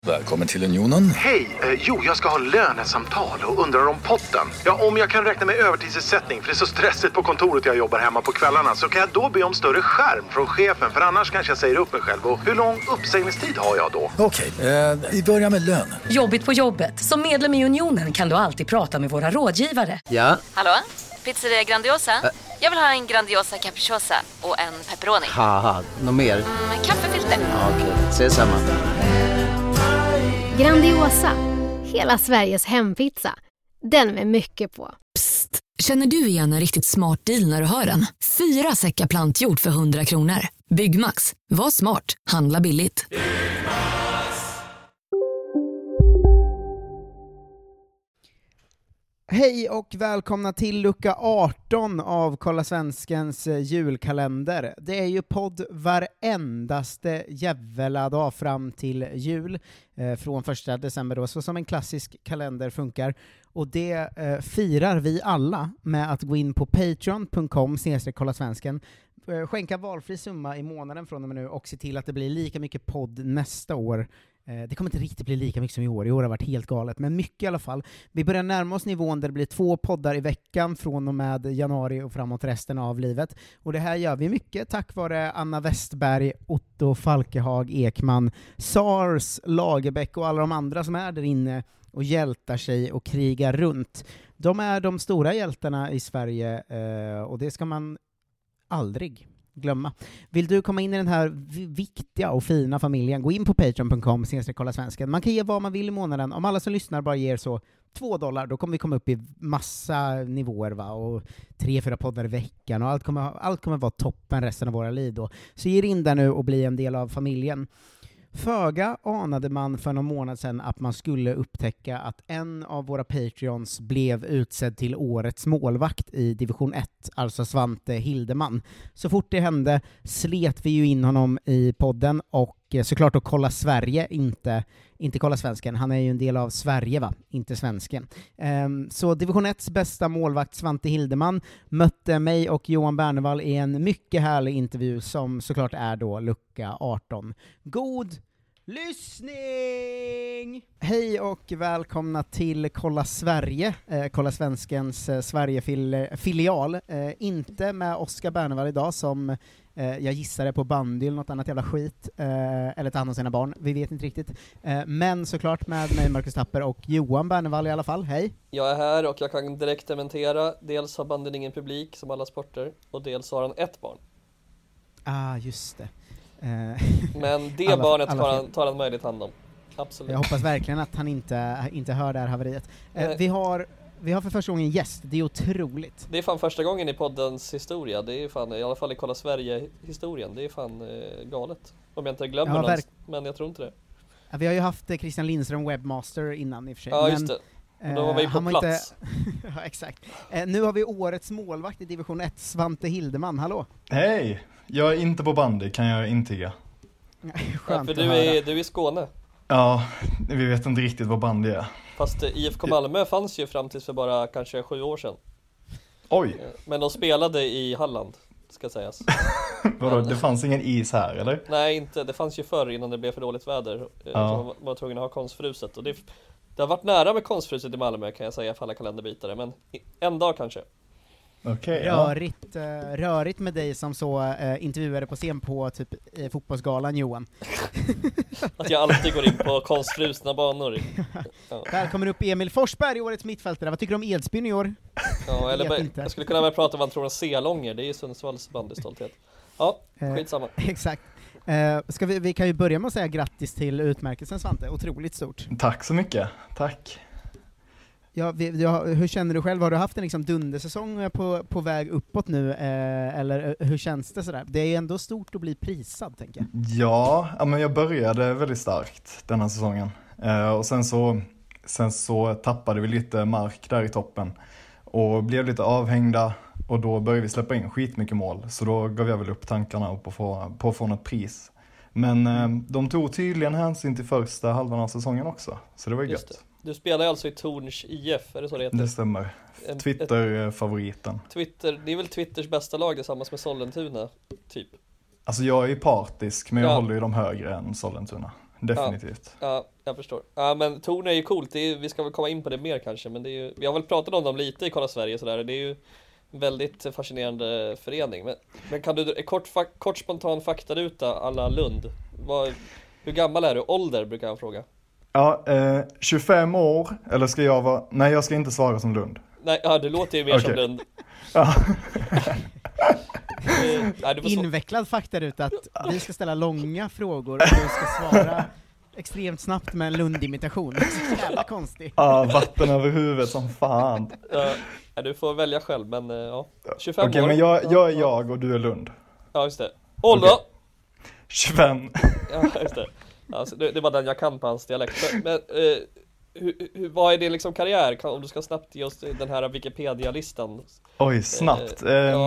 Välkommen till Unionen. Hej, jag ska ha lönesamtal och undrar om potten. Ja, om jag kan räkna med övertidsersättning för det är så stressigt på kontoret jag jobbar hemma på kvällarna, så kan jag då be om större skärm från chefen, för annars kanske jag säger upp mig själv. Och hur lång uppsägningstid har jag då? Okej, vi börjar med lön. Jobbigt på jobbet. Som medlem i Unionen kan du alltid prata med våra rådgivare. Ja? Hallå? Pizzeria Grandiosa? Jag vill ha en Grandiosa capriciosa och en pepperoni. Haha, något mer? Kaffefilter. Ja, okej, ses samma. Grandiosa, hela Sveriges hempizza. Den med mycket på. Psst, känner du igen en riktigt smart deal när du hör den? 4 säckar plantjord för 100 kronor. Byggmax, var smart, handla billigt. Hej och välkomna till lucka 18 av Kolla Svenskens julkalender. Det är ju podd varendaste jävla dag fram till jul, från 1 december då, så som en klassisk kalender funkar. Och det firar vi alla med att gå in på patreon.com/kollasvensken, skänka valfri summa i månaden från och med nu och se till att det blir lika mycket podd nästa år. Det kommer inte riktigt bli lika mycket som i år. I år har varit helt galet, men mycket i alla fall. Vi börjar närma oss nivån där det blir 2 poddar i veckan från och med januari och framåt resten av livet. Och det här gör vi mycket tack vare Anna Westberg, Otto Falkehag, Ekman, Sars, Lagerbäck och alla de andra som är där inne och hjältar sig och krigar runt. De är de stora hjältarna i Sverige, och det ska man aldrig glömma. Vill du komma in i den här viktiga och fina familjen, gå in på patreon.com/kollasvensken. Man kan ge vad man vill i månaden. Om alla som lyssnar bara ger så $2, då kommer vi komma upp i massa nivåer, va? Och 3-4 poddar i veckan och allt kommer vara toppen resten av våra liv då. Så ge in där nu och bli en del av familjen. Föga anade man för någon månad sedan att man skulle upptäcka att en av våra Patreons blev utsedd till årets målvakt i division 1, alltså Svante Hildeman. Så fort det hände slet vi ju in honom i podden och såklart att Kolla Sverige, inte Kolla Svensken. Han är ju en del av Sverige, va? Inte svensken. Så division 1s bästa målvakt Svante Hildeman mötte mig och Johan Bernevall i en mycket härlig intervju som såklart är då lucka 18. God lyssning! Hej och välkomna till Kolla Sverige, Kolla Svenskens Sverige-filial. Inte med Oskar Bernevall idag som jag gissade på bandy eller något annat jävla skit, eller ta hand om sina barn, vi vet inte riktigt. Men såklart med mig, Marcus Tapper, och Johan Bernevall i alla fall. Hej! Jag är här och jag kan direkt dementera. Dels har bandyn ingen publik som alla sporter, och dels har han ett barn. Just det. Men det barnet tar han möjligt hand om. Absolut. Jag hoppas verkligen att han inte hör det här haveriet. Vi har för första gången gäst, det är otroligt. Det är fan första gången i poddens historia. Det är fan, i alla fall i Kolla Sverige-historien. Det är fan galet. Om jag inte glömmer något, men jag tror inte det. Ja, vi har ju haft Christian Lindström, webmaster, innan i och för sig. Ja, just det. Då var vi på plats. Ja, exakt. Nu har vi årets målvakt i division 1, Svante Hildeman. Hallå! Hej! Jag är inte på bandy, kan jag intyga. Skönt för att höra. du är i Skåne. Ja, vi vet inte riktigt vad bandy är. Fast IFK Malmö fanns ju fram tills för bara kanske 7 år sedan. Oj! Men de spelade i Halland, ska sägas. Vadå, det fanns ingen is här, eller? Nej, inte. Det fanns ju förr innan det blev för dåligt väder. Så man var tvungen att ha konstfruset. Och det har varit nära med konstfruset i Malmö, kan jag säga, för alla kalenderbitare. Men en dag kanske. Okay, rörigt med dig som så intervjuade på scen på typ fotbollsgalan, Johan. Att jag alltid går in på konstfrusna banor. Ja. Välkommen upp Emil Forsberg, årets mittfältare. Vad tycker du om Edsbyn i år? Ja, jag skulle kunna börja prata om vad han tror om Selånger. Det är ju Sundsvalls bandystolthet. Ja, skitsamma. Exakt. Vi kan ju börja med att säga grattis till utmärkelsen, Svante. Otroligt stort. Tack så mycket. Tack. Ja, hur känner du själv? Har du haft en liksom dundersäsong på väg uppåt nu? Eller hur känns det sådär? Det är ju ändå stort att bli prisad, tänker jag. Ja, men jag började väldigt starkt den här säsongen. Och sen så tappade vi lite mark där i toppen. Och blev lite avhängda. Och då började vi släppa in skitmycket mål. Så då gav jag väl upp tankarna på att få något pris. Men de tog tydligen hänsyn till första halvan av säsongen också. Så det var just gött. Du spelar alltså i Torns IF, är det så det heter? Det stämmer. Twitter-favoriten. Det är väl Twitters bästa lag tillsammans med Sollentuna, typ? Alltså jag är partisk, men jag håller ju dem högre än Sollentuna. definitivt. Ja, jag förstår. Ja, men Torn är ju coolt. Vi ska väl komma in på det mer kanske, men det är ju, vi har väl pratat om dem lite i Kolla Sverige sådär. Det är ju en väldigt fascinerande förening. Men kan du kort spontan faktaruta alla Lund? Hur gammal är du? Ålder brukar jag fråga. Ja, 25 år, eller ska jag vara... Nej, jag ska inte svara som Lund. Nej, ja, det låter ju mer som Lund. Ja. Invecklad faktaruta att vi ska ställa långa frågor och du ska svara extremt snabbt med en Lund-imitation. Det är så jävla konstigt. Ja, vatten över huvudet som fan. Ja, du får välja själv, men ja. 25 år. Okej, men jag är jag och du är Lund. Ja, just det. Ålder! Okay. 25. Ja, just det. Alltså, det var den jag kan på hans dialekt. Men vad är det liksom karriär? Om du ska snabbt ge oss den här Wikipedia-listan. Oj, snabbt.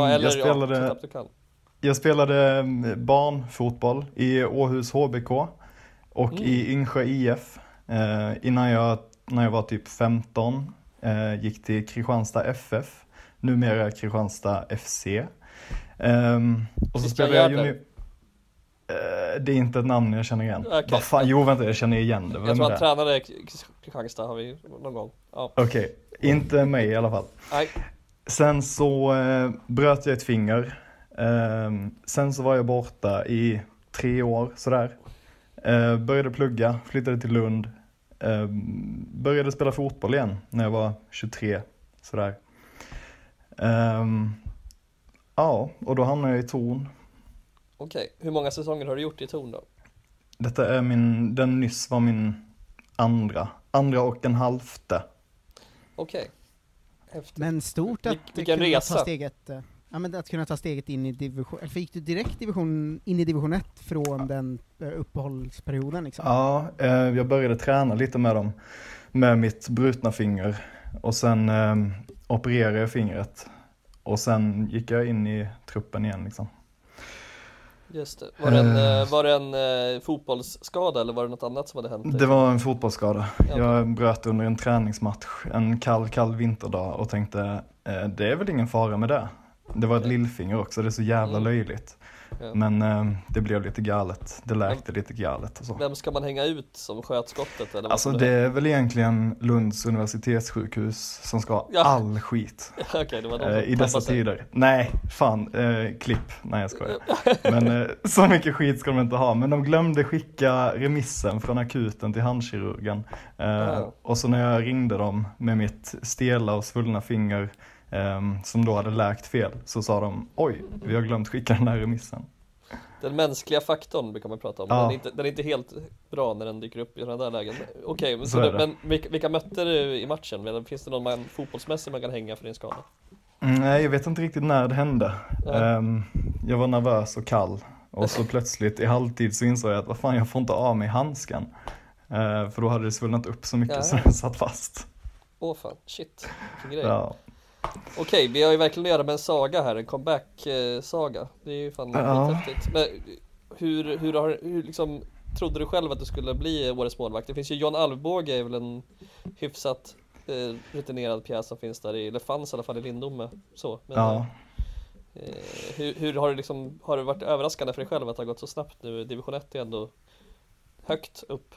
Jag spelade barnfotboll i Åhus HBK och i Yngsjö IF. När jag var typ 15 gick till Kristianstad FF. Numera Kristianstad FC. Och så spelade jag ju det är inte ett namn jag känner igen. Okay. Vad fan, jo vänta, jag känner igen det. Jag tror han tränade Kristianstad har vi någon gång. Ja. Okej, inte mig i alla fall. Nej. Sen så bröt jag ett finger. Sen så var jag borta i 3 år sådär. Började plugga, flyttade till Lund. Började spela fotboll igen när jag var 23 sådär. Ja, och då hamnade jag i Torn. Okej, hur många säsonger har du gjort i Torn då? Detta är den nyss var min andra och en halvte. Okej. Häftigt. Men stort att vilken kunna resa. Ta steget, att kunna ta steget in i division, eller gick du direkt in i division 1 från den uppehållsperioden liksom? Ja, jag började träna lite med dem, med mitt brutna finger, och sen opererade jag fingret, och sen gick jag in i truppen igen liksom. Just det. Var det en fotbollsskada eller var det något annat som hade hänt? Det var en fotbollsskada. Jag bröt under en träningsmatch en kall vinterdag och tänkte det är väl ingen fara med det. Det var ett lillfinger också, det är så jävla löjligt. Ja. Men det blev lite galet. Det läkte lite galet och så. Vem ska man hänga ut som sköt skottet? Eller alltså det är väl egentligen Lunds universitetssjukhus som ska ha all skit. Okay, det var i dessa tider. Nej, fan, klipp. Nej, jag skojar. Men så mycket skit ska de inte ha. Men de glömde skicka remissen från akuten till handkirurgen. Och så när jag ringde dem med mitt stela och svullna finger som då hade läkt fel, så sa de, oj, vi har glömt skicka den här remissen. Den mänskliga faktorn brukar man prata om. Ja. Den är inte helt bra när den dyker upp i sådana där lägen. Okej, men vilka mötte du i matchen? Finns det någon fotbollsmässig man kan hänga för din skada? Nej, jag vet inte riktigt när det hände. Jag var nervös och kall. Och så plötsligt i halvtid så insåg jag att vad fan, jag får inte av mig handskan. För då hade det svullnat upp så mycket så den satt fast. Åh fan, shit. Vilken grej. Ja. Okej, vi har ju verkligen att göra med en saga här, en comeback-saga. Det är ju fan häftigt. Men hur liksom, trodde du själv att du skulle bli årets målvakt? Det finns ju John Alvbåge, är väl en hyfsat rutinerad pjäs som finns där, eller fanns i alla fall i Lindome. Så, men, hur har det liksom, har det varit överraskande för dig själv att det har gått så snabbt nu? Division 1 är ändå högt upp.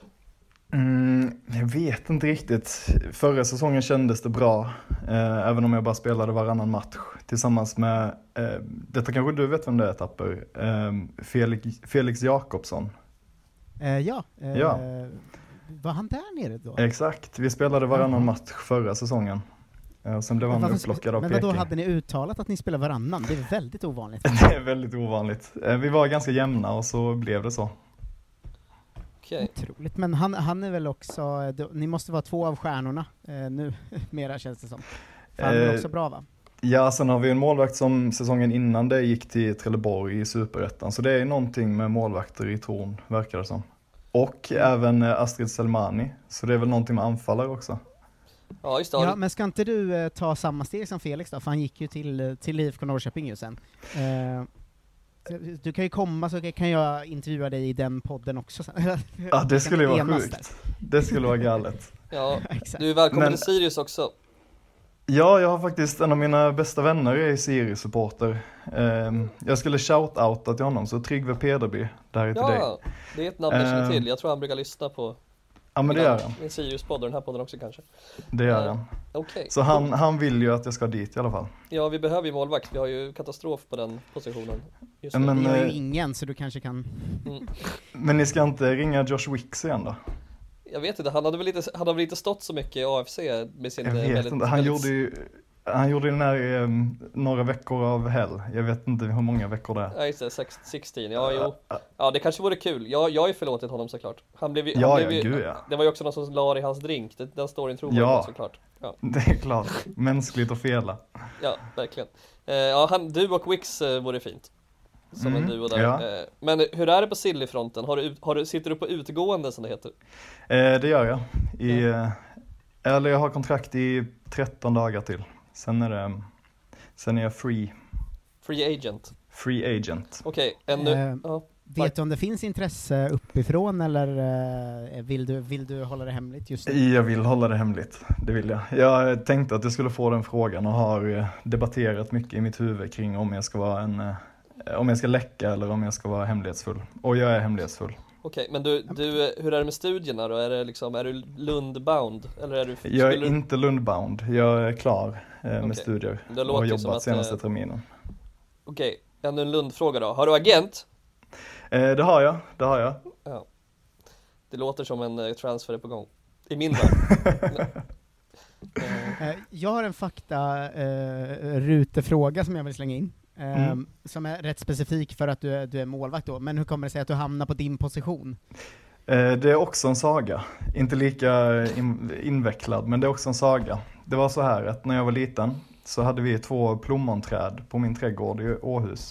Jag vet inte riktigt. Förra säsongen kändes det bra, även om jag bara spelade varannan match tillsammans med, detta kanske du vet vem det är, Tapper, Felix Jakobsson. Var han där nere då? Exakt, vi spelade varannan match förra säsongen. Sen blev han upplockad av Peking. Men då hade ni uttalat att ni spelar varannan? Det är väldigt ovanligt. Det är väldigt ovanligt. Vi var ganska jämna och så blev det så. Okay. Otroligt, men han är väl också, ni måste vara 2 av stjärnorna nu, mera känns det som. Han är också bra, va? Ja, sen har vi en målvakt som säsongen innan det gick till Trelleborg i Superettan, så det är någonting med målvakter i Torn, verkar det som. Och även Astrid Selmani, så det är väl någonting med anfallare också. Ja, just det. Ja, men ska inte du ta samma steg som Felix då? För han gick ju till IFK Norrköping ju sen. Du kan ju komma så kan jag intervjua dig i den podden också. Ja, det skulle ju vara sjukt. Det skulle vara galet. Ja, du är välkommen till Sirius också. Ja, jag har faktiskt en av mina bästa vänner är Sirius-supporter. Jag skulle shout-outa till honom, så Tryggve Pederby, det här är till dig. Ja, det är ett namn jag känner till. Jag tror han brukar lyssna på ja, men det gör han. En Sirius-podd och den här podden också kanske. Det gör han. Okay. Så han vill ju att jag ska dit i alla fall. Ja, vi behöver ju målvakt. Vi har ju katastrof på den positionen. Just men vi har ju ingen, så du kanske kan... Men ni ska inte ringa Josh Wicks igen då? Jag vet inte, han hade väl inte stått så mycket i AFC med sin... Jag vet inte, han gjorde den här några veckor av hell. Jag vet inte hur många veckor det är. Ja, just det, 16. Ja, jo. Ja, det kanske vore kul. Jag har ju förlåtit honom såklart. Det var ju också någon som la i hans drink. Den storyn tror man såklart. Ja, det är klart. Mänskligt och fela. Ja, verkligen. Du och Wicks vore fint. Som en duo där. Ja. Men hur är det på Silly-fronten? Sitter du på utgående som det heter? Det gör jag. Eller jag har kontrakt i 13 dagar till. Sen är jag free. Free agent? Free agent. Okej. Vet du om det finns intresse uppifrån, eller vill du hålla det hemligt just nu? Jag vill hålla det hemligt, det vill jag. Jag tänkte att jag skulle få den frågan och har debatterat mycket i mitt huvud kring om jag ska vara om jag ska läcka eller om jag ska vara hemlighetsfull. Och jag är hemlighetsfull. Okej, men du, hur är det med studierna då? Är du Lundbound? Eller är du, jag är inte Lundbound. Jag är klar med studier och har jobbat senaste terminen. Okej, ännu en Lundfråga då. Har du agent? Det har jag. Ja. Det låter som en transfer är på gång. I min värld. Jag har en rutefråga som jag vill slänga in. Som är rätt specifik för att du är målvakt då. Men hur kommer det sig att du hamnar på din position? Det är också en saga. Inte lika invecklad, men det är också en saga. Det var så här att när jag var liten så hade vi 2 plommonträd på min trädgård i Åhus.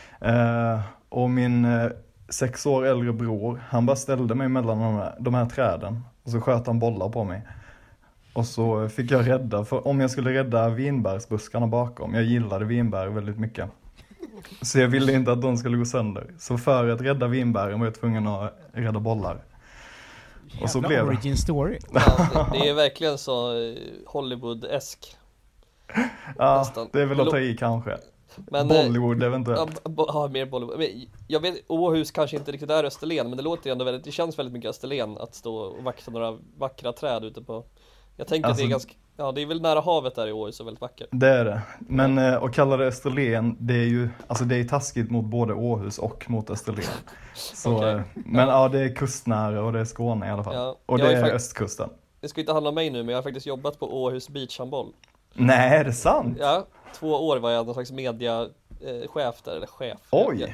Och min 6 år äldre bror, han bara ställde mig mellan de här träden. Och så sköt han bollar på mig. Och så fick jag om jag skulle rädda vinbärsbuskarna bakom. Jag gillade vinbär väldigt mycket. Så jag ville inte att de skulle gå sönder. Så för att rädda vinbären var jag tvungen att rädda bollar. Och så blev origin story. Ja, det är verkligen så Hollywood-esk. Ja, nästan. Det är väl att ta i kanske. Men, Bollywood eventuellt. Ja, mer Bollywood. Men jag vet, Åhus kanske inte riktigt är Österlen, men det låter ändå det känns väldigt mycket Österlen att stå och vakta några vackra träd ute på. Jag tänker att det är ganska, det är väl nära havet där i Åhus och väldigt vackert. Det är det. Men att kalla det Österlen, det är ju, alltså det är taskigt mot både Åhus och mot Österlen. Så, okay. Men det är kustnära och det är Skåne i alla fall. Ja, och det är östkusten. Det ska inte handla om mig nu, men jag har faktiskt jobbat på Åhus beachhandboll. Nej, är det sant? Ja, 2 år var jag någon slags mediachef där, eller chef. Oj!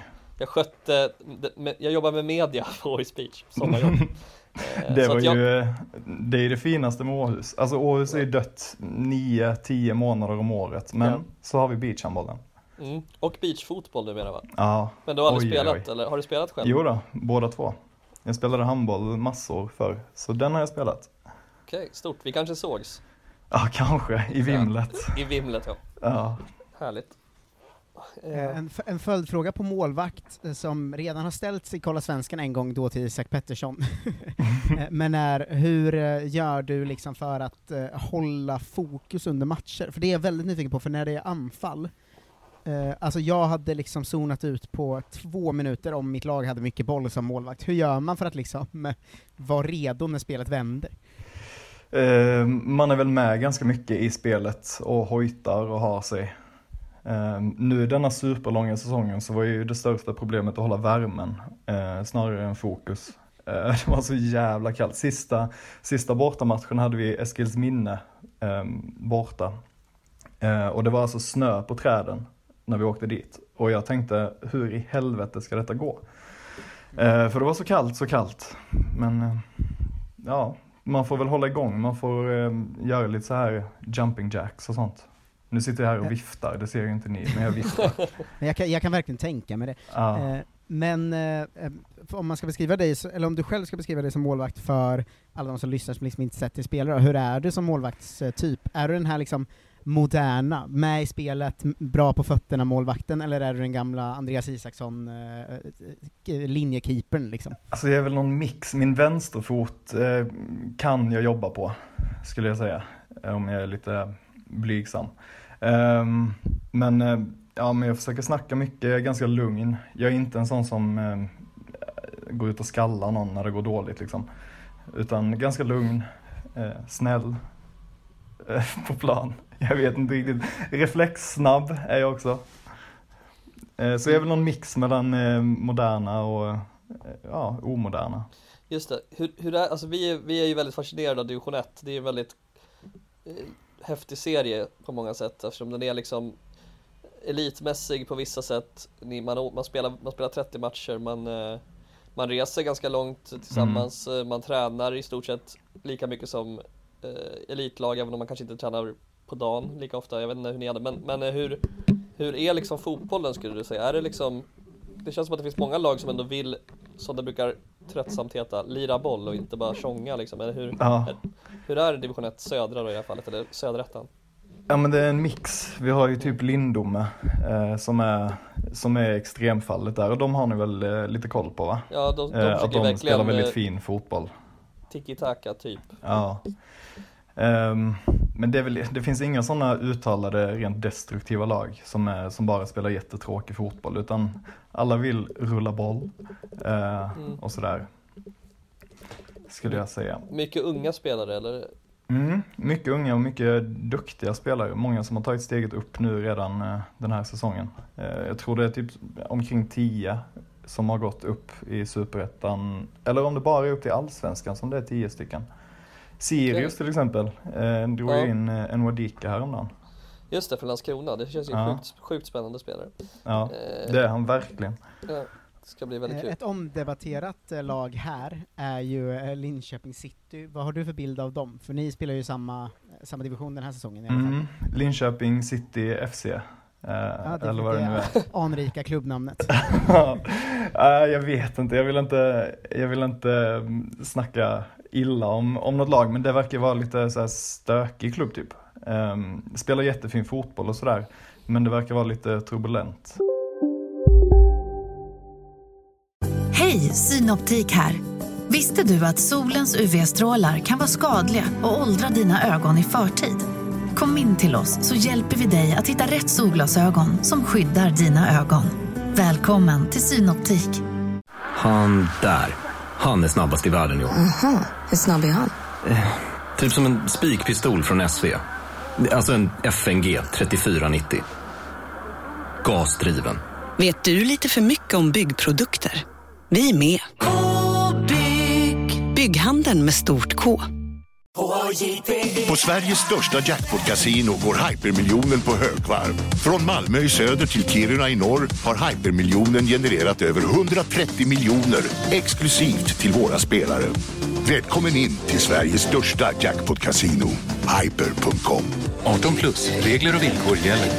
Jag jobbar med media på Åhus Beach, sommarjobb. Det är det finaste med Åhus. Alltså Åhus är ju dött 9-10 månader om året, men så har vi beachhandbollen. Och beachfotboll numera, va? Ja. Men du har aldrig spelat, eller har du spelat själv? Jo då, båda två. Jag spelade handboll massor förr, så den har jag spelat. Okej, stort. Vi kanske sågs. Ja, kanske. I vimlet. I vimlet, ja. Härligt. En följdfråga på målvakt som redan har ställts i Kolla Svenskan en gång då till Isak Pettersson. Men hur gör du liksom för att hålla fokus under matcher? För det är jag väldigt nyfiken på, för när det är anfall, alltså jag hade liksom zonat ut på 2 minuter om mitt lag hade mycket boll som målvakt. Hur gör man för att liksom vara redo när spelet vänder? Man är väl med ganska mycket i spelet och hojtar och har sig. Nu denna superlånga säsongen så var ju det största problemet att hålla värmen snarare än fokus. Det var så jävla kallt. Sista bortamatchen hade vi Eskilsminne borta. Och det var alltså snö på träden när vi åkte dit. Och jag tänkte, hur i helvete ska detta gå? För det var så kallt. Men man får väl hålla igång. Man får göra lite så här jumping jacks och sånt. Nu sitter jag här och viftar, det ser ju inte ni, men jag viftar. jag kan verkligen tänka med det. Ja. Men om man ska beskriva dig, eller om du själv ska beskriva dig som målvakt för alla de som lyssnar som liksom inte sett dig spela, hur är du som målvaktstyp? Är du den här liksom moderna, med i spelet, bra på fötterna målvakten, eller är du den gamla Andreas Isaksson linjekeepern liksom? Alltså jag är väl någon mix. Min vänsterfot kan jag jobba på, skulle jag säga, om jag är lite blygsam. Men jag försöker snacka mycket, jag är ganska lugn. Jag är inte en sån som går ut och skallar någon när det går dåligt liksom. Utan ganska lugn, snäll på plan. Jag vet inte riktigt. Reflexsnabb är jag också. Så jag är väl någon mix mellan moderna och omoderna. Just det. Hur är, alltså vi är ju väldigt fascinerade av Division 1. Det är en väldigt häftig serie på många sätt, eftersom den är liksom elitmässig på vissa sätt. Man spelar 30 matcher, man reser ganska långt tillsammans, man tränar i stort sett lika mycket som elitlag, även om man kanske inte tränar på dagen lika ofta. Jag vet inte hur ni hade, men hur är liksom fotbollen, skulle du säga? Är det liksom, det känns som att det finns många lag som ändå vill, som det brukar tröttsamt heta, lira boll och inte bara tjonga liksom. Eller hur är det Division 1 södra då i det här fallet, eller söderettan? Ja, men det är en mix. Vi har ju typ Lindome som är extremfallet där, och de har ni väl lite koll på, va? Ja, de att de spelar väldigt fin fotboll. Tiki-taka typ. Ja. Men det finns inga sådana uttalade rent destruktiva lag som bara spelar jättetråkig fotboll, utan alla vill rulla boll och sådär, skulle jag säga. Mycket unga spelare, eller? Mycket unga och mycket duktiga spelare. Många som har tagit steget upp nu redan den här säsongen. Jag tror det är typ omkring 10 som har gått upp i Superettan. Eller om det bara är upp till Allsvenskan som det är 10 stycken. Sirius till exempel drog in en Wadika häromdagen. Just det, för Landskrona. Det känns ju sjukt spännande spelare. Ja, det är han verkligen. Ja, det ska bli väldigt kul. Ett omdebatterat lag här är ju Linköping City. Vad har du för bild av dem? För ni spelar ju samma division den här säsongen i alla fall. Linköping City FC. Eller vad det nu är. Anrika klubbnamnet. Jag vet inte. Jag vill inte snacka illa om något lag, men det verkar vara lite så här stökig klubb typ. Spelar jättefin fotboll och sådär, men det verkar vara lite turbulent. Hej, Synoptik här. Visste du att solens UV-strålar kan vara skadliga och åldra dina ögon i förtid? Kom in till oss så hjälper vi dig att hitta rätt solglasögon som skyddar dina ögon. Välkommen till Synoptik. Han är snabbast i världen, jo. Aha, hur snabb är han? Typ som en spikpistol från SV. Alltså en FNG 3490. Gasdriven. Vet du lite för mycket om byggprodukter? Vi är med. K-bygg. Bygghandeln med stort K. På Sveriges största jackpot-casino går hypermiljonen på högvarv. Från Malmö i söder till Kiruna i norr har hypermiljonen genererat över 130 miljoner exklusivt till våra spelare. Välkommen in till Sveriges största jackpot-casino, hyper.com. 18+, regler och villkor gäller.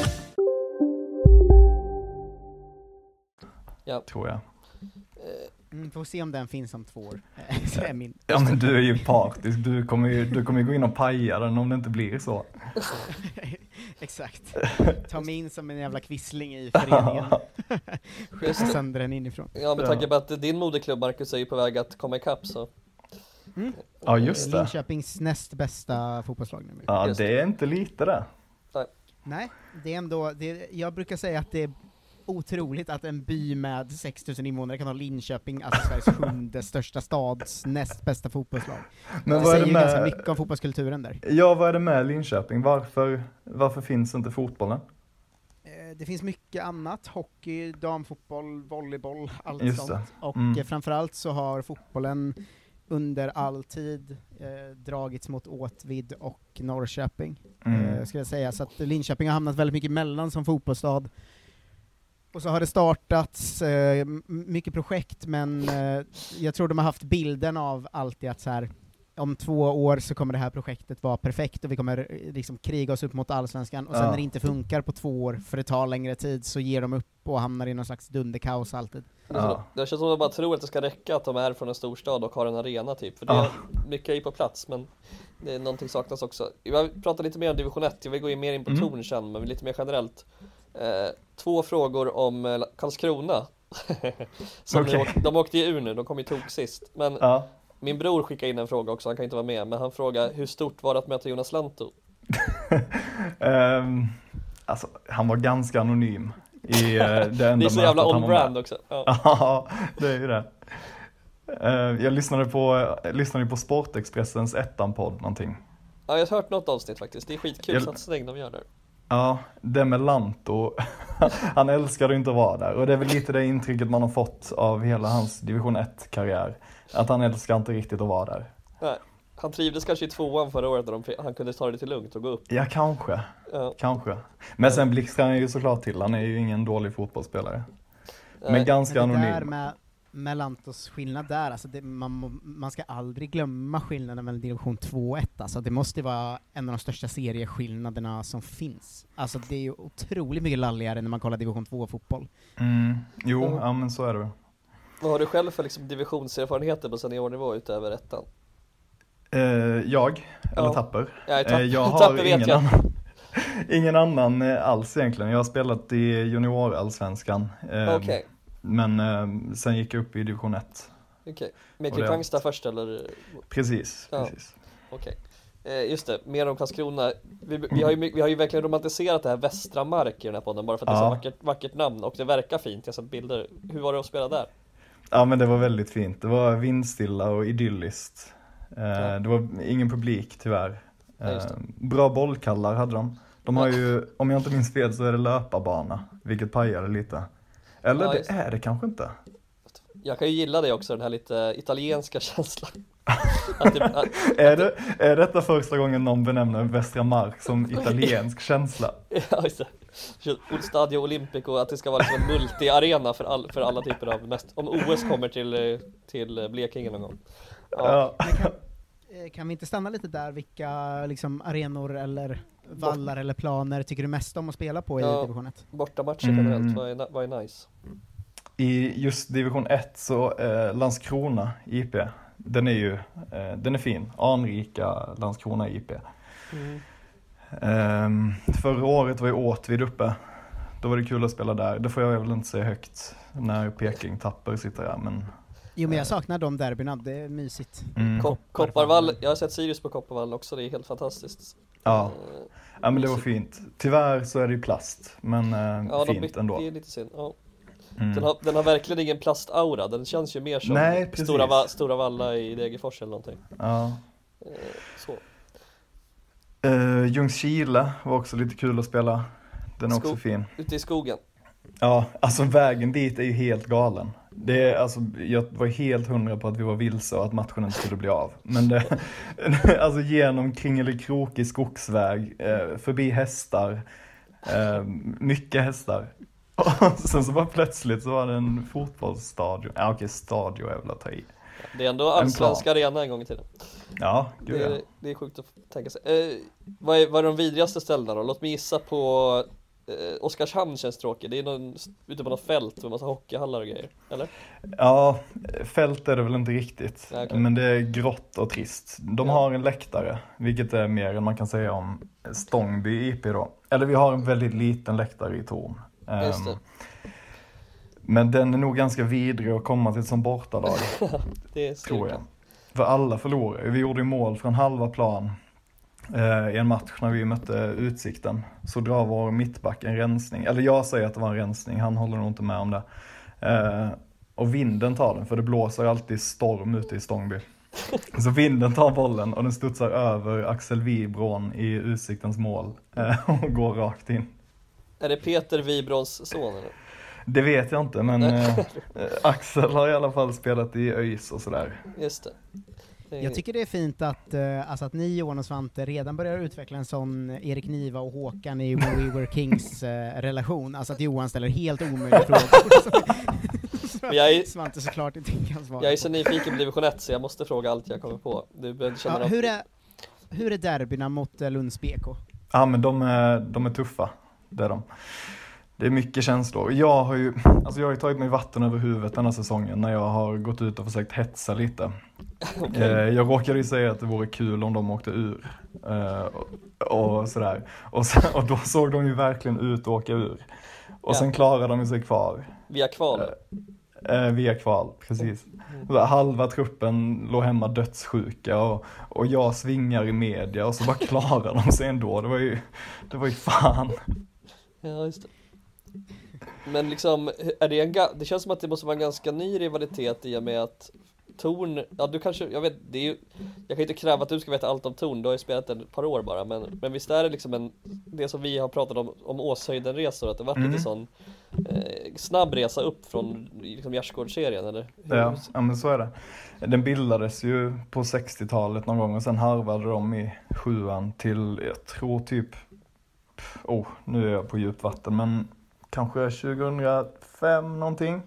Ja. Tror jag. Får se om den finns om 2 år. Ja, men du är ju partisk. Du kommer ju gå in och paja den om det inte blir så. Exakt. Ta mig in som en jävla kvissling i föreningen. Sönder den inifrån. Ja, med tanke på att din moderklubb, Marcus, är ju på väg att komma ikapp, så. Ja, just det. Linköpings näst bästa fotbollslag nu. Ja, det är inte lite det. Nej, det är ändå, jag brukar säga att det är otroligt att en by med 6 000 invånare kan ha Linköping, alltså Sveriges 7:e största stads näst bästa fotbollslag. Men det vad är säger det med ganska mycket om fotbollskulturen där. Ja, vad är det med Linköping? Varför finns inte fotbollen? Det finns mycket annat, hockey, damfotboll, volleyboll, allt just sånt. det. Och framförallt så har fotbollen under all tid dragits mot Åtvid och Norrköping, ska jag säga. Så att Linköping har hamnat väldigt mycket emellan som fotbollsstad. Och så har det startats mycket projekt, men jag tror de har haft bilden av alltid att så här, om 2 år så kommer det här projektet vara perfekt och vi kommer liksom kriga oss upp mot Allsvenskan, och sen när det inte funkar på 2 år för det tar längre tid så ger de upp och hamnar i någon slags dunderkaos alltid. Ja. Det känns som att man bara tror att det ska räcka att de är från en storstad och har en arena typ, för det är mycket är på plats, men det är någonting saknas också. Jag pratar lite mer om division 1, jag vill gå mer in på torn sen, men lite mer generellt. 2 frågor om Karlskrona. De åkte ju ur nu, de kom ju tog sist. Men min bror skickade in en fråga också, han kan inte vara med. Men han frågar, hur stort var det att möta Jonas Lantto? Alltså, han var ganska anonym i det enda det är så jävla on-brand också. Ja, det är ju det. Jag lyssnade på Sportexpressens ettan-podd någonting. Ja, jag har hört något avsnitt faktiskt. Det är skitkul satsning de gör där. Ja, det med Lanto. Han älskade inte att vara där. Och det är väl lite det intrycket man har fått av hela hans division 1-karriär. Att han älskar inte riktigt att vara där. Nej, han trivdes kanske i 2:an förra året när han kunde ta det lite lugnt och gå upp. Ja, kanske. Kanske. Men sen blixtrar han ju såklart till. Han är ju ingen dålig fotbollsspelare. Men ganska anonym. Det där med Lantos skillnad där, alltså man ska aldrig glömma skillnaden mellan division 2 och 1. Alltså det måste vara en av de största serieskillnaderna som finns. Alltså det är ju otroligt mycket lalligare när man kollar division 2-fotboll. Jo, ja, men så är det väl. Vad har du själv för liksom divisionserfarenheter på seniornivå utöver ettan? Jag? Eller Tapper? Ja, jag har ingen annan alls egentligen. Jag har spelat i juniorallsvenskan. Okej. Men sen gick jag upp i division 1. Okej. Med Kristianstad först eller? Precis. Okej. Just det, mer om Karlskrona. Vi har ju verkligen romantiserat det här Västra Mark i den här podden bara för att det är så vackert namn och det verkar fint. Jag har sett bilder. Hur var det att spela där? Ja, men det var väldigt fint. Det var vindstilla och idylliskt. Det var ingen publik tyvärr. Bra bollkallar hade de. De har ju, om jag inte minns fel så är det löparbana, vilket pajade lite. Eller det är det kanske inte. Jag kan ju gilla det också, den här lite italienska känslan. Är detta första gången någon benämner Västra Mark som italiensk känsla? Ja, just det. Stadio Olimpico, att det ska vara liksom en multi-arena för alla typer av om OS kommer till Blekinge någon gång. Ja. Kan vi inte stanna lite där? Vilka liksom arenor eller vallar eller planer tycker du mest om att spela på i division 1? Bortamatcher generellt, vad är nice? I just division 1 så Landskrona IP, den är fin. Anrika Landskrona IP. Förra året var jag Åtvid uppe. Då var det kul att spela där. Det får jag väl inte säga högt när Peking Tapper sitter där, men jo, men jag saknar de derbyna, det är mysigt. Kopparvall, jag har sett Sirius på Kopparvall också, det är helt fantastiskt. Ja, men det var fint. Tyvärr så är det ju plast, men fint ändå. Det är lite synd, ja. Den har verkligen ingen plastaura, den känns ju mer som Stora Valla i Degerfors eller någonting. Ja. Så. Ljungskile var också lite kul att spela. Den är också fin. Ute i skogen. Ja, alltså vägen dit är ju helt galen. Det är, alltså, jag var helt 100 på att vi var vilse och att matchen inte skulle bli av. Men det, alltså genom kringelikrokig skogsväg, förbi hästar, mycket hästar. Och sen så bara plötsligt så var det en fotbollsstadion. Ja, okej, stadion är väl att ta i. Det är ändå allsvenska arena en gång i tiden. Ja, gud det är sjukt att tänka sig. Vad är de vidrigaste ställena då? Låt mig gissa på Oskarshamn känns tråkigt. Det är någon ute på något fält med en massa hockeyhallar och grejer, eller? Ja, fält är det väl inte riktigt. Ja, okay. Men det är grått och trist. De har en läktare, vilket är mer än man kan säga om Stångby IP då. Eller vi har en väldigt liten läktare i Torn. Just det. Men den är nog ganska vidrig att komma till som bortalag. Det är tror jag. För alla förlorar. Vi gjorde mål från halva plan i en match när vi mötte Utsikten. Så drar vår mittback en rensning. Eller jag säger att det var en rensning. Han håller nog inte med om det. Och vinden tar den. För det blåser alltid storm ute i Stångby. Så vinden tar bollen och den studsar över Axel Wibron i Utsiktens mål. Och går rakt in. Är det Peter Wibrons son eller? Det vet jag inte, men Axel har i alla fall spelat i ÖIS och sådär. Just det. Jag tycker det är fint att ni, Johan och Svante, redan börjar utveckla en sån Erik Niva och Håkan i We Were Kings relation. Alltså att Johan ställer helt omöjliga frågor. Svante såklart inte kan svara. Jag är så nyfiken på division 1 så jag måste fråga allt jag kommer på. Hur är derbyna mot Lunds BK? Ja, men de är tuffa. Det är de. Det är mycket känslor. Jag har ju tagit mig vatten över huvudet den här säsongen när jag har gått ut och försökt hetsa lite. Okay. Jag råkade ju säga att det vore kul om de åkte ur. Och sådär. Och då såg de ju verkligen ut att åka ur. Och sen klarade de sig kvar. Via kval? Via kval, precis. Halva truppen låg hemma dödssjuka och jag svingar i media och så bara klarar de sig ändå. Det var ju fan. Ja, just det. Men liksom, det känns som att det måste vara en ganska ny rivalitet i och med att Torn, ja du kanske, jag vet, jag kan inte kräva att du ska veta allt om Torn, du har ju spelat ett par år bara, men visst är det liksom det som vi har pratat om Åshöjden-resor, att det varit lite sån snabb resa upp från liksom Gärdsgårdsserien, eller? Ja, men så är det. Den bildades ju på 60-talet någon gång och sen harvade de i 7an till, jag tror typ, nu är jag på djupt vatten, men kanske 2005 någonting.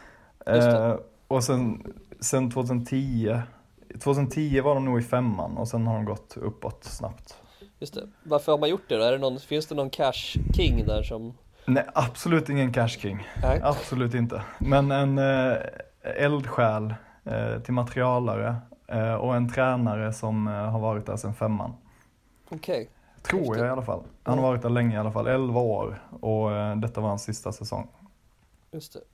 Och sen 2010 var de nog i 5an och sen har de gått uppåt snabbt. Just det. Varför har man gjort det då? Finns det någon cash king där som... Nej, absolut ingen cash king. Nej. Absolut inte. Men en eldsjäl till materialare och en tränare som har varit där sedan 5an. Okej. Tror jag i alla fall. Han har varit där länge i alla fall, 11 år. Och detta var hans sista säsong. Just det.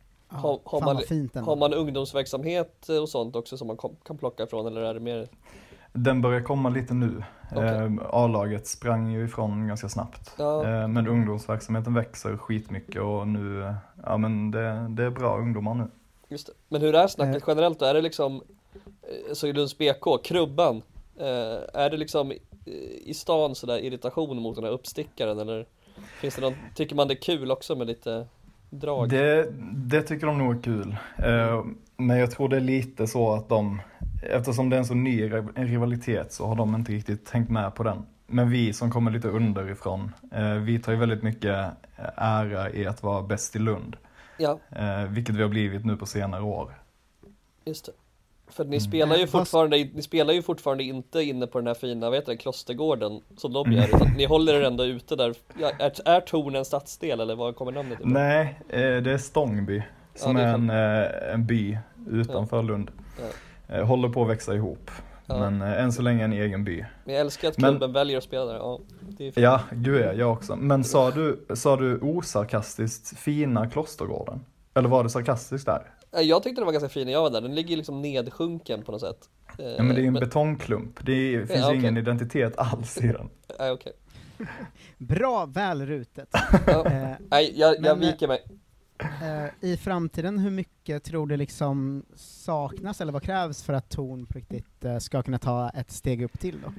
Har man ungdomsverksamhet och sånt också som man kan plocka ifrån, eller är det mer? Den börjar komma lite nu. A-laget sprang ju ifrån ganska snabbt. Ja. Men ungdomsverksamheten växer skitmycket och nu, ja men det är bra ungdomar nu. Just det. Men hur är snacket generellt då? Är det liksom, så i Lunds BK, krubban, är det liksom i stan sådär irritation mot den här uppstickaren, eller finns det tycker man det är kul också med lite drag? Det tycker de nog är kul. Men jag tror det är lite så att eftersom det är en så ny rivalitet så har de inte riktigt tänkt med på den. Men vi som kommer lite underifrån, vi tar ju väldigt mycket ära i att vara bäst i Lund. Ja. Vilket vi har blivit nu på senare år. Just det. För ni spelar ju fortfarande inte inne på den här fina, Klostergården som de gör, utan ni håller er ändå ute där. Är Torn en stadsdel, eller vad kommer namnet ifrån? Nej, det är Stångby som är en by utanför Lund. Ja. Håller på att växa ihop. Ja. Men än så länge en egen by. Men jag älskar att klubben väljer att spela där. Ja, det är fint. Ja, gud är jag också. Men sa du osarkastiskt fina Klostergården? Eller var det sarkastiskt där? Jag tyckte det var ganska fin när jag var där. Den ligger liksom nedsjunken på något sätt. Ja, men det är ju en betongklump. Det finns ju ingen identitet alls i den. Nej, okej. Bra, välrutet. Nej, jag viker mig. I framtiden, hur mycket tror du liksom saknas eller vad krävs för att Torn på riktigt ska kunna ta ett steg upp till då?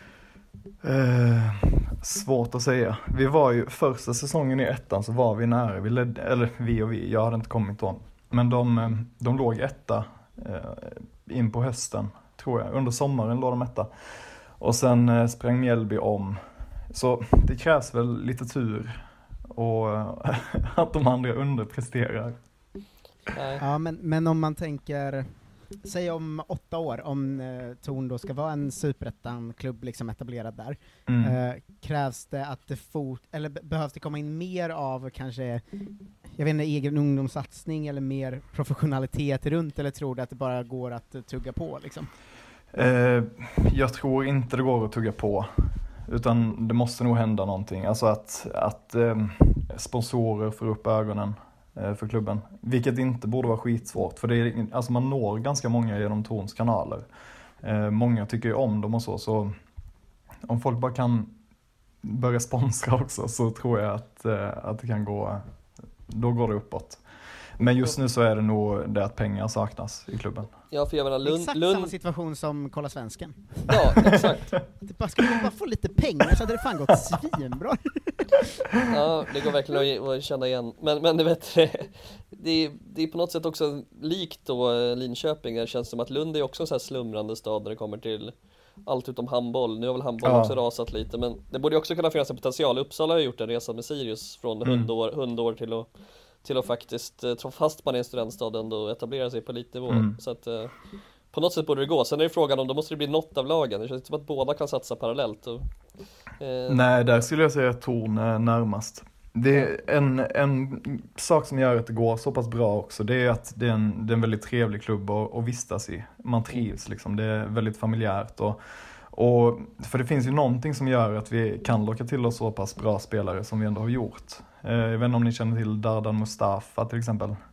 Svårt att säga. Vi var ju första säsongen i 1an så var vi nära. Jag hade inte kommit om. Men de låg 1:a in på hösten, tror jag. Under sommaren låg de 1:a. Och sen sprang Mjällby om. Så det krävs väl lite tur och att de andra underpresterar. Ja, men om man tänker, säg om 8 år, om Torn då ska vara en superettan-klubb liksom etablerad där, krävs det att eller behövs det komma in mer av kanske, jag vet inte, egen ungdomssatsning eller mer professionalitet runt, eller tror du att det bara går att tugga på liksom? Jag tror inte det går att tugga på, utan det måste nog hända någonting. Alltså att sponsorer får upp ögonen för klubben, vilket inte borde vara skitsvårt, för alltså man når ganska många genom Torns kanaler. Många tycker ju om dem och så om folk bara kan börja sponsra också, så tror jag att det kan gå, då går det uppåt. Men just nu så är det nog det att pengar saknas i klubben. Ja, för jag menar exakt samma situation som Kolla Svensken. Ja, exakt. Skulle man bara få lite pengar så hade det fan gått svinbra. Ja, det går verkligen att känna igen. Men du vet, det är på något sätt också likt då Linköping. Det känns som att Lund är också en så här slumrande stad när det kommer till allt utom handboll. Nu har väl handboll också rasat lite, men det borde också kunna finnas en potential. Uppsala har gjort en resa med Sirius från hundår till att faktiskt, fast man är en studentstad, ändå etablera sig på elitnivå. Så att på något sätt borde det gå. Sen är det frågan om då måste det bli något av lagen. Det känns som att båda kan satsa parallellt. Nej, där skulle jag säga att Torn är närmast. Det är en sak som gör att det går så pass bra också. Det är att det är en väldigt trevlig klubb att vistas i. Man trivs liksom. Det är väldigt familjärt. Och för det finns ju någonting som gör att vi kan locka till oss så pass bra spelare som vi ändå har gjort. Jag vet inte om ni känner till Dardan Mustafa till exempel.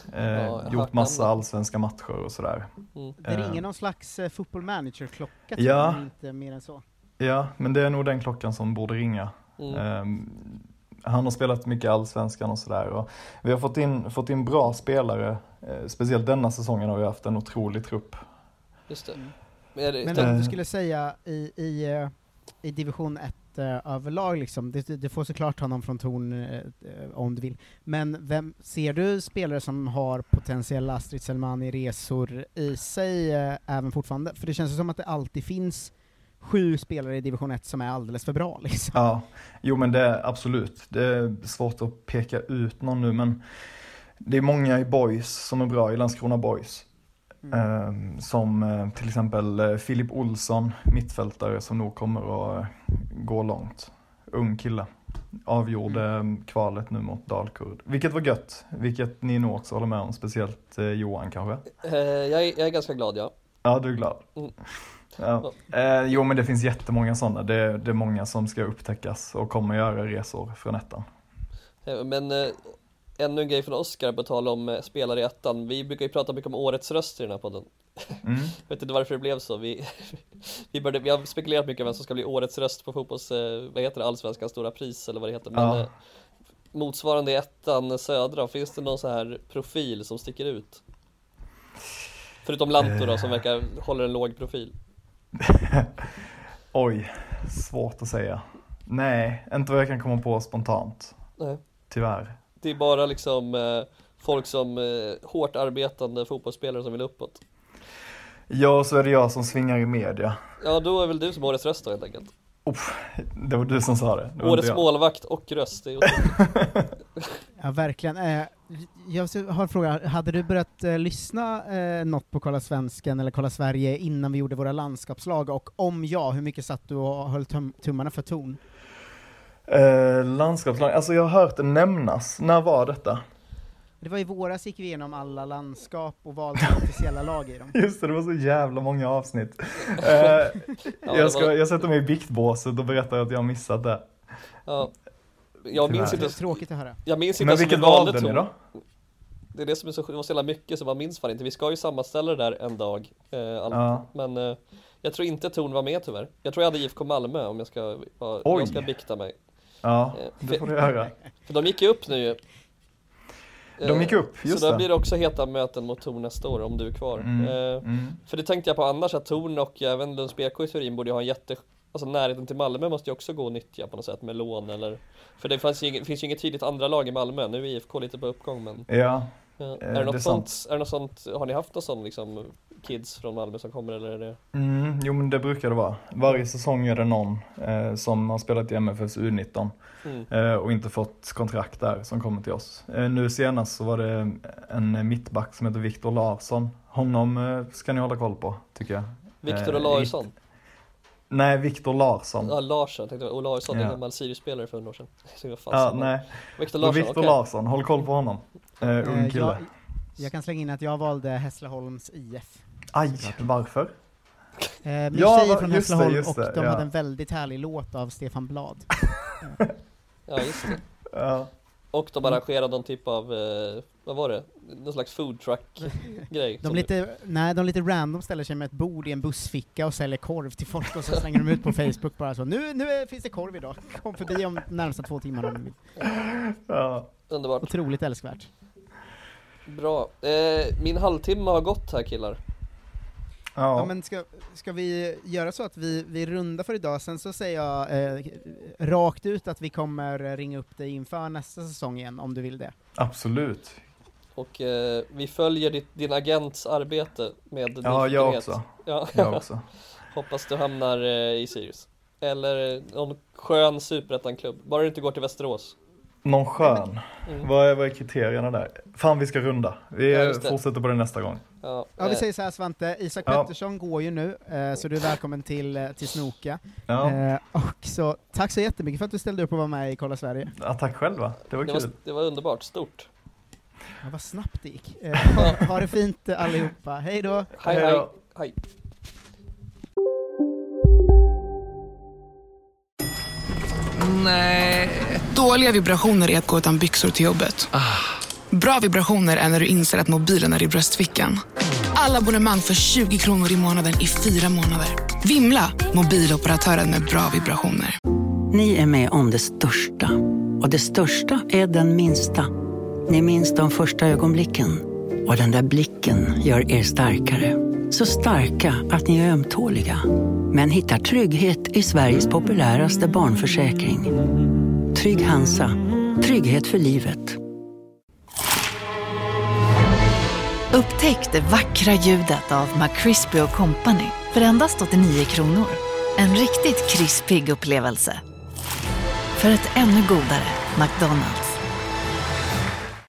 Gjort massa allsvenska matcher och sådär. Det ringer någon slags football manager-klocka, inte mer än så. Ja, men det är nog den klockan som borde ringa. Han har spelat mycket allsvenskan och sådär. Och vi har fått in bra spelare. Speciellt denna säsongen har vi haft en otrolig trupp. Just det. Men om du skulle säga i division 1 överlag, liksom, det får såklart honom från Torn om du vill. Men vem ser du spelare som har potentiella Astrid Selmani-resor i sig även fortfarande? För det känns som att det alltid finns 7 spelare i division 1 som är alldeles för bra. Liksom. Ja, jo men det är absolut. Det är svårt att peka ut någon nu, men det är många i Boys som är bra i Landskrona Boys. Som till exempel Filip Olsson, mittfältare som nog kommer att gå långt. Ung kille. Avgjorde kvalet nu mot Dalkurd. Vilket var gött. Vilket ni nog också håller med om. Speciellt Johan kanske. Jag är ganska glad, ja. Ja, du är glad. Ja. Jo, men det finns jättemånga sådana. Det är många som ska upptäckas och kommer göra resor från ettan. Men ännu en grej från Oskar på tal om spelare i ettan. Vi brukar ju prata mycket om årets röst i den här podden. Jag vet inte varför det blev så. Vi har spekulerat mycket om vem som ska bli årets röst på fotbolls, allsvenskans stora pris eller vad det heter. Men motsvarande i ettan södra, finns det någon så här profil som sticker ut? Förutom Lanto då, som verkar hålla en låg profil. Oj, svårt att säga. Nej, inte vad jag kan komma på spontant. Nej. Tyvärr. Det är bara liksom folk som hårt arbetande fotbollsspelare som vill uppåt. Ja, så är det jag som svingar i media. Ja, då är väl du som årets röst då, helt enkelt. Det var du som sa det. Årets målvakt och röst. Det är ja, verkligen. Jag har en fråga. Hade du börjat lyssna något på Kolla Svensken eller Kolla Sverige innan vi gjorde våra landskapslag? Och om ja, hur mycket satt du och höll tummarna för Torn? Landskapslag, alltså jag har hört det nämnas. När var detta? Det var i våras, gick vi igenom alla landskap och valde officiella lag i dem. Just det var så jävla många avsnitt. Jag sätter mig i biktbåset och berättar att jag har missat det. Ja. Jag minns inte. Det är tråkigt att höra. Jag minns inte. Men vilket valde ni då? Det är det som är så, det var så jävla mycket som man minns fan inte. Vi ska ju sammanställa det där en dag. Men jag tror inte Torn var med tyvärr. Jag tror jag hade IFK Malmö om jag ska bikta mig. Ja, det får du göra. För de gick ju upp nu. De gick upp, just så då det. blir det också heta möten mot Torn nästa år om du är kvar. För det tänkte jag på annars, att Torn och även Lunds BK i teorin borde ha en alltså närheten till Malmö måste ju också gå och nyttja på något sätt med lån eller. För det finns ju inget tydligt andra lag i Malmö. Nu är IFK lite på uppgång, men är det något sånt, har ni haft någon sån liksom kids från Malmö som kommer, eller är det? Jo, men det brukar det vara. Varje säsong är det någon som har spelat i MFFs U19 och inte fått kontrakt där som kommer till oss. Nu senast så var det en mittback som heter Viktor Larsson. Honom ska ni hålla koll på, tycker jag. Viktor Larsson? Nej, Viktor Larsson. Ja, Larsson. Jag tänkte att Larsson är en gammal Sirius-spelare för 100 år sedan. Nej. Viktor Larsson, Viktor Larsson, håll koll på honom. Ung kille. Jag kan slänga in att jag valde Hässleholms IF. Aj, varför? Min tjej från Hässleholm och de hade en väldigt härlig låt av Stefan Blad. Ja, just det. Ja. Och de arrangerade någon typ av, vad var det? Någon slags food truck-grej. De lite random ställer sig med ett bord i en bussficka och säljer korv till folk och så slänger de ut på Facebook bara så. Nu finns det korv idag. Kom förbi om närmsta 2 timmar om ni vill. Ja. Underbart. Otroligt älskvärt. Bra. Min halvtimme har gått här, killar. Ja, men ska vi göra så att vi rundar för idag, sen så säger jag rakt ut att vi kommer ringa upp dig inför nästa säsong igen om du vill det. Absolut. Och vi följer din agents arbete med jag också. Jag också. Hoppas du hamnar i Sirius. Eller någon skön superettan-klubb. Bara du inte går till Västerås. Någon skön. Vad är kriterierna där? Fan, vi ska runda. Vi fortsätter på det nästa gång. Ja, vi säger så här, Svante. Isak Pettersson går ju nu, så du är välkommen till Snoka. Och så tack så jättemycket för att du ställde upp och var med i Kolla Sverige. Ja, tack själva. Det var kul. Det var underbart. Stort. Ja, vad snabbt det gick. Ha det fint allihopa. Hej då. Hej. Nej. Dåliga vibrationer är att gå utan byxor till jobbet. Bra vibrationer är när du inser att mobilen är i bröstfickan. Alla abonnemang för 20 kronor i månaden i 4 månader. Vimla, mobiloperatören med bra vibrationer. Ni är med om det största. Och det största är den minsta. Ni minns de första ögonblicken. Och den där blicken gör er starkare. Så starka att ni är ömtåliga. Men hittar trygghet i Sveriges populäraste barnförsäkring. Trygg Hansa. Trygghet för livet. Upptäck det vackra ljudet av McCrispy & Company för endast 89 kronor. En riktigt krispig upplevelse. För ett ännu godare McDonald's.